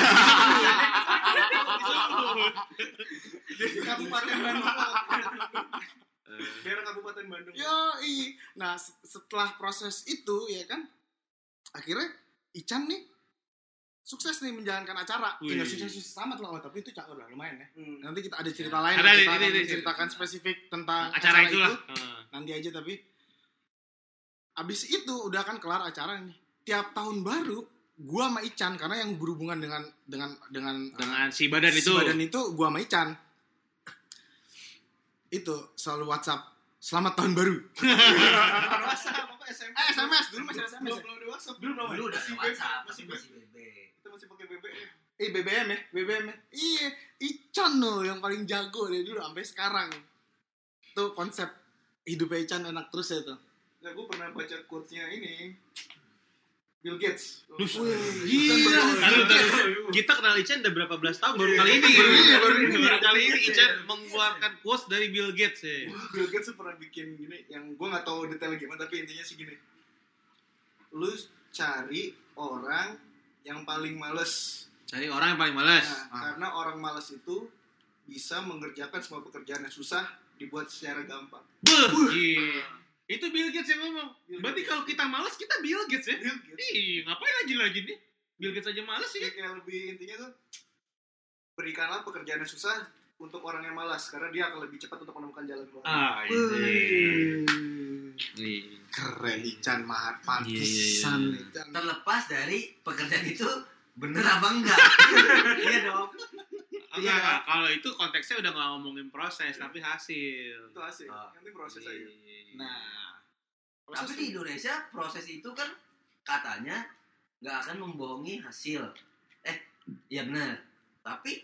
Kabupaten Bandung. Daerah Kabupaten Bandung. Yoi. Nah, setelah proses itu ya kan, akhirnya Ican nih sukses nih menjalankan acara. Tinggal sukses amat lah, tapi itu udah lumayan ya. Nanti kita ada cerita lain, Ada, kita ini, akan ini, menceritakan spesifik tentang acara itu. itulah. Nanti aja, tapi abis itu udah kan kelar acara nih. Tiap tahun baru gua sama Ican, karena yang berhubungan dengan si badan itu. si badan itu gua sama Ican itu selalu WhatsApp selamat tahun baru. WhatsApp apa SMS? SMS dulu masih SMS. Belum ada WhatsApp. Dulu udah Masih WhatsApp, masih tapi masih BB. Kita masih pakai BBM. BBM ya. Iya, Ican loh yang paling jago dari dulu sampai sekarang. Tuh konsep hidupnya Ican enak terus ya tuh. Nah, gue pernah baca quotes-nya ini Bill Gates. Gila. Kita kenal Ican udah berapa belas tahun baru kali ini. Baru kali ini Ican mengeluarkan quotes dari Bill Gates ya. Bill Gates tuh pernah bikin gini, yang gue nggak tahu detail gimana, tapi intinya sih gini. Lu cari orang yang paling males. Cari orang yang paling malas. Nah, karena orang malas itu bisa mengerjakan semua pekerjaan yang susah dibuat secara gampang. Gila. Itu Bill Gates yang ngomong. Berarti kalau kita malas, kita Bill Gates ya? Bill Gates. Ih, ngapain lagi nih? Bill Gates aja malas sih. Kayak lebih intinya tuh, berikanlah pekerjaan yang susah untuk orang yang malas, karena dia akan lebih cepat untuk menemukan jalan keluar. Keren Ican, pantesan Ican. Terlepas dari pekerjaan itu bener apa enggak. Iya dong. Enggak, kalau itu konteksnya udah nggak ngomongin proses, tapi hasil. Itu asik. Nanti proses aja. Nah, Tapi di Indonesia proses itu kan katanya nggak akan membohongi hasil. Iya benar. Tapi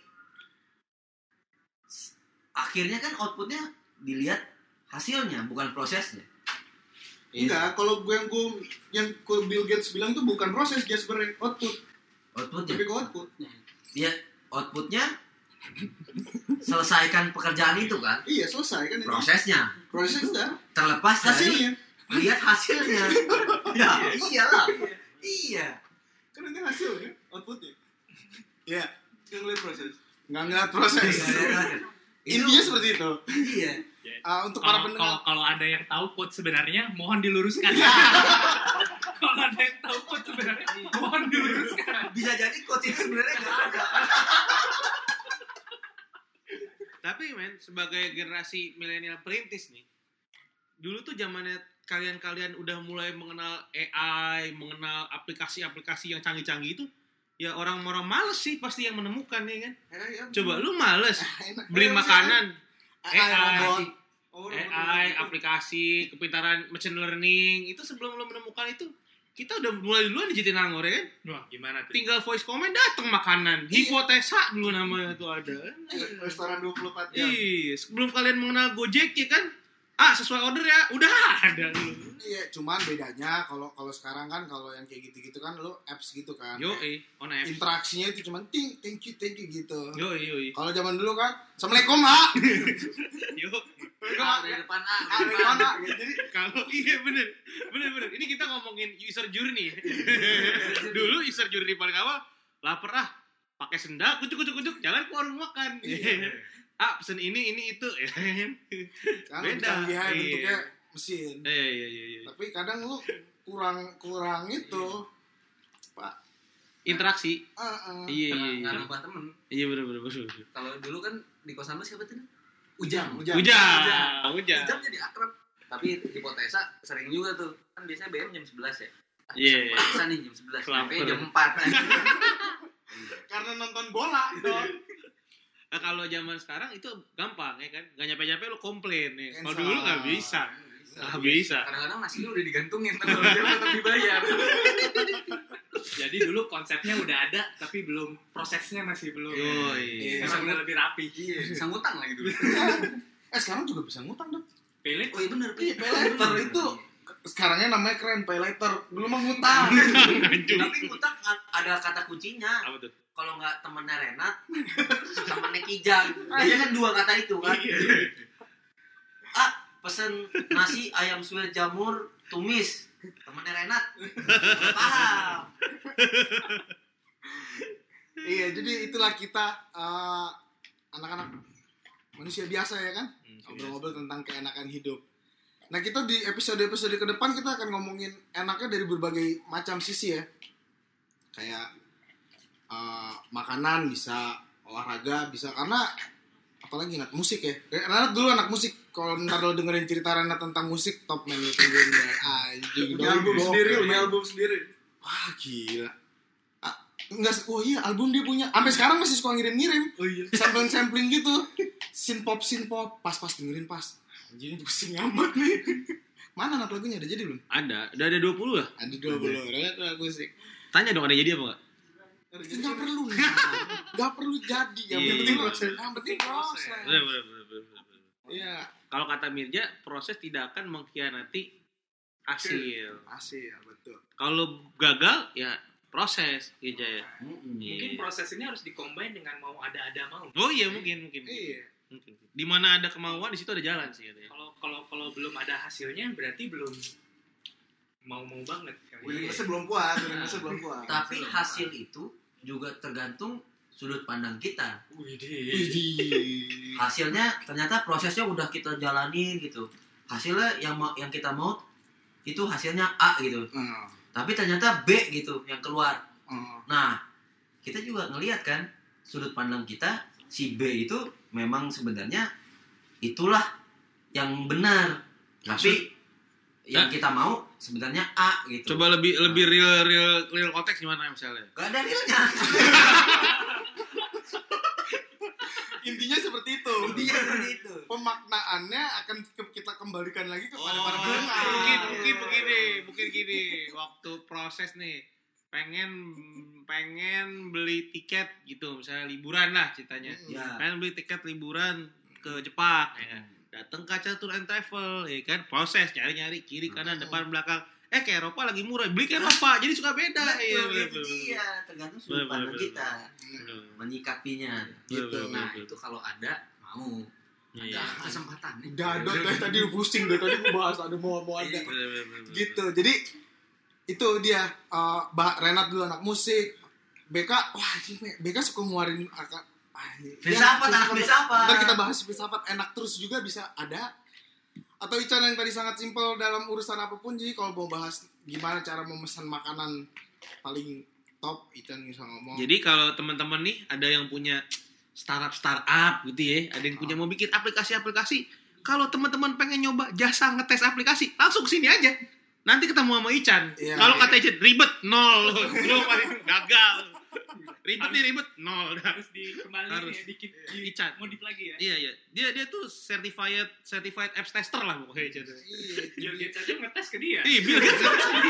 akhirnya kan outputnya dilihat hasilnya, bukan prosesnya. Enggak, kalau yang Bill Gates bilang itu bukan proses, dia sebenarnya Outputnya. Tapi ke output. Ya outputnya selesaikan pekerjaan itu kan. Iya, selesai kan. Prosesnya. Prosesnya enggak. Terlepas Hasilnya. dari lihat hasilnya. Ya iyalah. Iya. Kan ini hasilnya, outputnya. ya Yang lihat proses. nggak ngeliat proses. Intinya seperti itu. Iya. Untuk para pendengar. Kalau ada yang tahu quote sebenarnya, mohon diluruskan. Kalau ada yang tahu quote sebenarnya, mohon diluruskan. Bisa jadi coach itu sebenarnya nggak ada. Tapi men, sebagai generasi milenial perintis nih, dulu tuh zamannya kalian udah mulai mengenal AI, mengenal aplikasi-aplikasi yang canggih-canggih itu, ya orang-orang males sih pasti yang menemukan ya kan. Coba lu males beli makanan, AI, aplikasi, kepintaran machine learning, itu sebelum lu menemukan itu, kita udah mulai duluan di Jatinangor ya kan. Wah, gimana tuh? Tinggal voice comment datang makanan. Hipotesa dulu namanya tuh ada. Restoran 24 jam. Iya, sebelum kalian mengenal Gojek ya kan, Sesuai order ya. Udah ada lu. Iya, cuman bedanya kalau sekarang kan kalau yang kayak gitu-gitu kan lo apps gitu kan. On apps. Interaksinya itu cuman thank you gitu. Yoi. Kalau zaman dulu kan, Assalamualaikum, Mak. Yo. Dari depan A. Mana? Jadi Kalau iya bener. Ini kita ngomongin user journey. Dulu user journey paling awal lapar pakai sendal, kucuk, jalan ke warung makan. Pesen ini itu. kan Beda. bentuknya mesin. Iya. Tapi kadang lu kurang itu, Pak. Interaksi. Iya. Nggak nambah temen. Iya bener. Kalau dulu kan di kosan lu siapa tuh? Ujang Ujang. jadi akrab. Tapi hipotesa sering juga tuh. Kan biasanya BM jam 11 ya. Iya. Bisa nih jam 11. Kelapa. Sampai jam 4. Karena nonton bola dong. Nah, kalau zaman sekarang itu gampang ya kan, nggak nyampe lu komplain ya. Kalau Cancel. dulu nggak bisa. Nggak bisa. Kadang-kadang nasinya udah digantungin kalau dia tetap dibayar. Jadi dulu konsepnya udah ada, tapi belum prosesnya masih belum. Iya. Sekarang udah lebih rapi. Bisa ngutang lagi dulu. Sekarang juga bisa ngutang dong. Pelet. Oh iya benar. Pay later itu sekarangnya namanya keren, pay later. Dulu mah ngutang. Tapi ngutang ada kata kuncinya. Apa tuh? Kalau nggak temennya Renat, temennya Kijang. Biasanya kan 2 kata itu kan. Pesen nasi ayam suwir jamur tumis. Temennya Renat. Paham. Iya, jadi itulah kita anak-anak manusia biasa ya kan, ngobrol-ngobrol tentang keenakan hidup. Nah, kita di episode-episode ke depan kita akan ngomongin enaknya dari berbagai macam sisi ya. Kayak makanan bisa, olahraga bisa, karena apalagi anak musik ya. Renat dulu anak musik. Kalau ntar lo dengerin cerita Renat tentang musik, top man lo tungguin deh. Anjing, Punya album sendiri. Wah, gila. Enggak, oh iya, album dia punya. Sampai sekarang masih suka ngirim-ngirim. Oh iya. Sampling gitu. Synth pop. Pas dengerin pas. Anjing pusing amat nih. Mana Nat lagunya ada jadi belum? Ada. Udah ada 20 lah. Ada 20. Renat lagu musik. Tanya dong ada jadi apa enggak? Enggak perlu nih. Enggak perlu jadi. Yang Iya. penting proses. Yang penting proses. Bener. Iya. Kalau kata Mirja, proses tidak akan mengkhianati hasil. Hasil, betul. Kalau gagal ya proses gitu ya. Mungkin proses ini harus dikombin dengan mau ada mau. Oh iya mungkin. Iya. Di mana ada kemauan di situ ada jalan sih katanya. Kalau belum ada hasilnya berarti belum mau banget. Willingness belum puas. Tapi hasil itu juga tergantung sudut pandang kita. Hasilnya ternyata prosesnya udah kita jalanin gitu. Hasilnya yang kita mau itu hasilnya A gitu. Tapi ternyata B gitu yang keluar. Nah, kita juga ngelihat kan sudut pandang kita si B itu memang sebenarnya itulah yang benar. Tapi yang kita mau sebenarnya A gitu. Coba lebih real konteks gimana misalnya? Gak ada realnya. Intinya seperti itu. Pemaknaannya akan kita kembalikan lagi kepada para pendengar. Mungkin gini. Waktu proses nih pengen beli tiket gitu, misalnya liburan lah ceritanya. Ya. Pengen beli tiket liburan ke Jepang ya kan. Datang kaca Tour and Travel ya kan, proses nyari kiri kanan depan belakang. Ke Eropa lagi murah, beli ke Eropa jadi suka beda. Betul, iya, tergantung sudut pandang kita menyikapinya gitu. Nah, itu kalau ada mau ada kesempatan nih. Udah tadi pusing deh tadi gue bahas ada mau ada. Gitu. Jadi itu dia Renat dulu anak musik. BK BK suka ngeluarin filsafat. Ntar kita bahas filsafat enak terus juga bisa ada. Atau Ican yang tadi sangat simpel dalam urusan apapun. Jadi kalau mau bahas gimana cara memesan makanan paling top, Ican bisa ngomong. Jadi kalau teman-teman nih ada yang punya startup gitu ya, ada yang punya mau bikin aplikasi. Kalau teman-teman pengen nyoba jasa ngetes aplikasi, langsung sini aja. Nanti ketemu sama Ican. Iya, Kalau kata Ican ribet 0, lu paling gagal. Ribet 0. Harus dikembalikan ya, dikit Ican. modif lagi ya. Iya. Dia tuh certified apps tester lah pokoknya Ican. Bill Gates aja ngetes ke dia. Iya, Bill Gates.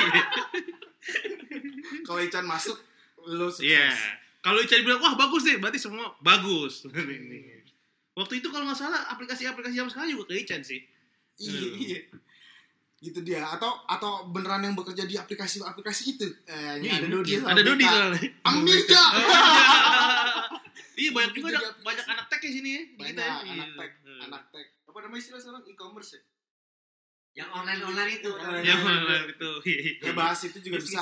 Kalau Ican masuk, lo sukses. Iya. Kalau Ican bilang wah bagus deh, berarti semua bagus. Waktu itu kalau nggak salah aplikasi zaman sekarang juga ke Ican sih. Iya. Gitu dia atau beneran yang bekerja di aplikasi itu. Ini ada Dodi. Ada Dodi soalnya. Amirja. Iya banyak juga banyak anak tech di sini ya. Banyak anak tech. Apa namanya istilah sekarang e-commerce ya? Yang online itu. Yang online itu. Ya bahas itu juga bisa.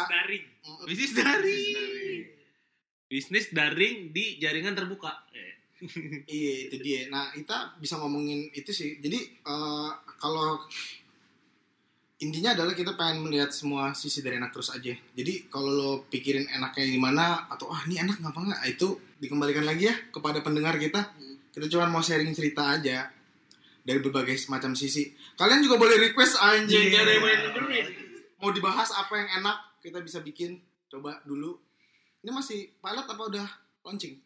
Bisnis daring di jaringan terbuka. Iya itu dia. Nah kita bisa ngomongin itu sih. Jadi kalau intinya adalah kita pengen melihat semua sisi dari enak terus aja. Jadi kalau lo pikirin enaknya gimana atau ini enak ngapa nggak, itu dikembalikan lagi ya kepada pendengar kita. Kita cuma mau sharing cerita aja dari berbagai macam sisi. Kalian juga boleh request anjing. Mau dibahas apa yang enak kita bisa bikin. Coba dulu. Ini masih pilot apa udah launching?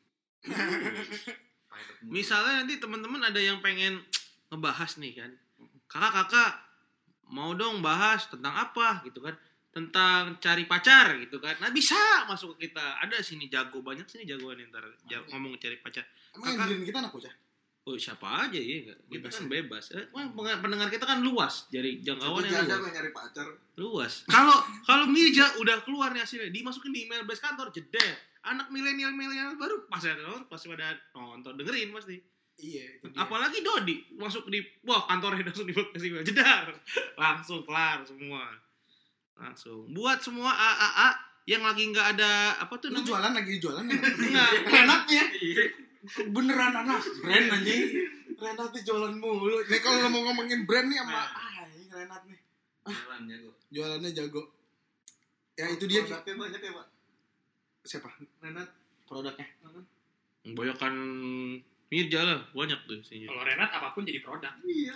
Misalnya nanti teman-teman ada yang pengen ngebahas nih kan, kakak mau dong bahas tentang apa gitu kan, tentang cari pacar gitu kan, nah bisa masuk ke kita, ada sini jago, banyak sini jagoan ntar ngomong cari pacar. Emang yang dengerin kita anak bocah? Oh siapa aja ya, kita kan bebas. Pendengar kita kan luas, jadi jangkauannya luas. Janda nyari pacar. Luas. Kalau Mirja udah keluar nih hasilnya, dimasukin di email base kantor, jeder. Anak milenial baru pasti pada nonton, dengerin pasti. Iya. Apalagi Dodi masuk di kantornya langsung di podcast email, jedar. Langsung kelar semua. Langsung. Buat semua AAA yang lagi nggak ada apa tuh namanya? Jualan lagi jualan ya? Enggak. Renatnya. Beneran anak brand anjing. Renat tuh jualan mulu. Nih kalau lo mau ngomongin brand nih sama ini Renat nih. Jualannya jago. Ya itu dia. Produknya banyak ya, Pak. Siapa? Renat. Produknya. Banyakan Mirja lah, banyak tuh sih. Kalau Renat apapun jadi produk. Iya.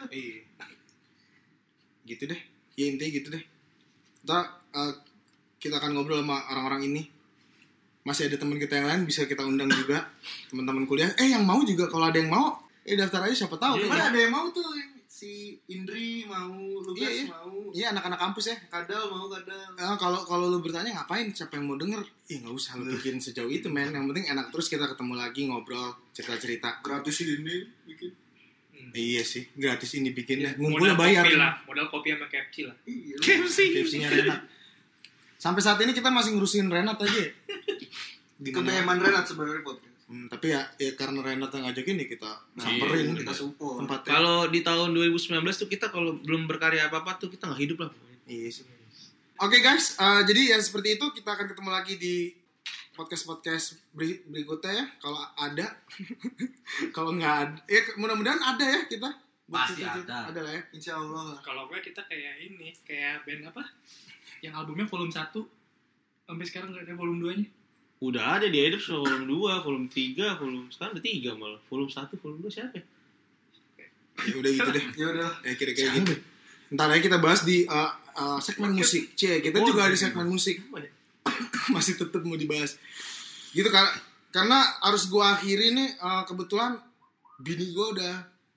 Gitu deh. Ya intinya gitu deh. Ntar kita akan ngobrol sama orang-orang ini. Masih ada teman kita yang lain bisa kita undang juga, teman-teman kuliah. Yang mau juga, kalau ada yang mau, daftar aja, siapa tahu. Gimana ada yang mau tuh, si Indri mau, Lugas mau. Iya, anak-anak kampus ya. Kadal mau. Kalau lu bertanya ngapain, siapa yang mau denger? Nggak usah lu bikin sejauh itu, men. Yang penting enak terus, kita ketemu lagi ngobrol, cerita-cerita. Gratis ini bikin. Iya sih, gratis ini bikinnya. Ngumpulnya bayar. Modal kopi sama KFC lah. Iya. KFC-nya Renat. Sampai saat ini kita masih ngurusin Renat aja. Kememan Renat sebenarnya podcast. Tapi ya karena Renat yang ngajakin nih kita samperin, kita support. Kalau di tahun 2019 tuh kita kalau belum berkarya apa-apa tuh kita nggak hidup lah. Iya sih. Oke guys, jadi ya seperti itu, kita akan ketemu lagi di podcast berikutnya ya. Kalau ada, kalau nggak ada, ya mudah-mudahan ada ya kita. Pasti ada. Ada lah ya, insya Allah. Kalau gue kita kayak ini, kayak band apa? Yang albumnya volume 1 sampai sekarang nggak ada volume 2-nya. Udah ada di Aiders volume 2, volume 3, sekarang ada 3 malah. Volume 1, volume 2 siapa ya? Ya udah gitu deh. Ya udah. Kira-kira gitu. Ntar aja kita bahas di segmen musik. Kita juga ada segmen musik. Masih tetap mau dibahas. Gitu karena harus gua akhiri nih, kebetulan bini gua udah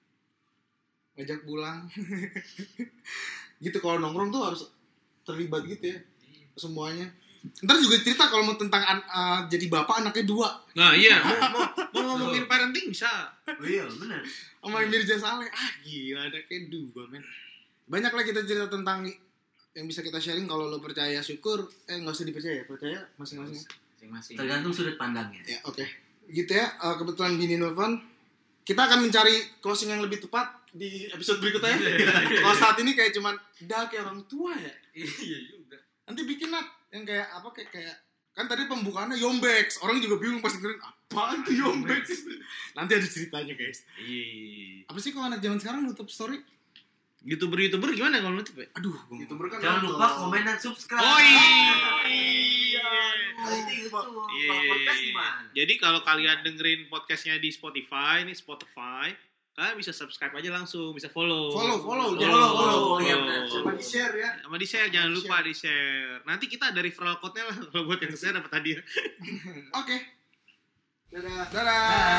ngajak pulang. Gitu, kalau nongkrong tuh harus terlibat gitu ya semuanya. Ntar juga cerita kalau mau tentang jadi bapak anaknya 2. Nah iya, mau ngomongin parenting bisa. Oh iya benar. Sama Mirja Saleh, gila anaknya 2 men. Banyak lah kita cerita tentang yang bisa kita sharing. Kalau lo percaya syukur, nggak usah dipercaya, percaya masing-masing. Tergantung sudut pandangnya. Ya oke. Gitu ya, kebetulan bini nelfon. Kita akan mencari closing yang lebih tepat di episode berikutnya. Kalau saat ini kayak cuman kayak orang tua ya. Iya juga. Nanti bikin yang kayak apa, kayak kan tadi pembukaannya Yombex. Orang juga bingung pas dengerin apaan tuh Yombex. Nanti ada ceritanya guys. Iya. Apa sih kalau anak zaman sekarang nutup story? YouTuber gimana kalau nutup ya? Aduh, YouTuber kan jangan lupa komen dan subscribe. Oh iya. Itu YouTube. Kalau podcast gimana? Jadi kalau kalian dengerin podcastnya di Spotify, kalian bisa subscribe aja langsung, bisa follow. Follow. Iya benar. Sama di-share ya. Sama di-share, jangan lupa di-share. Nanti kita ada referral code-nya lah kalau buat yang share dapat hadiah. Oke. Dadah.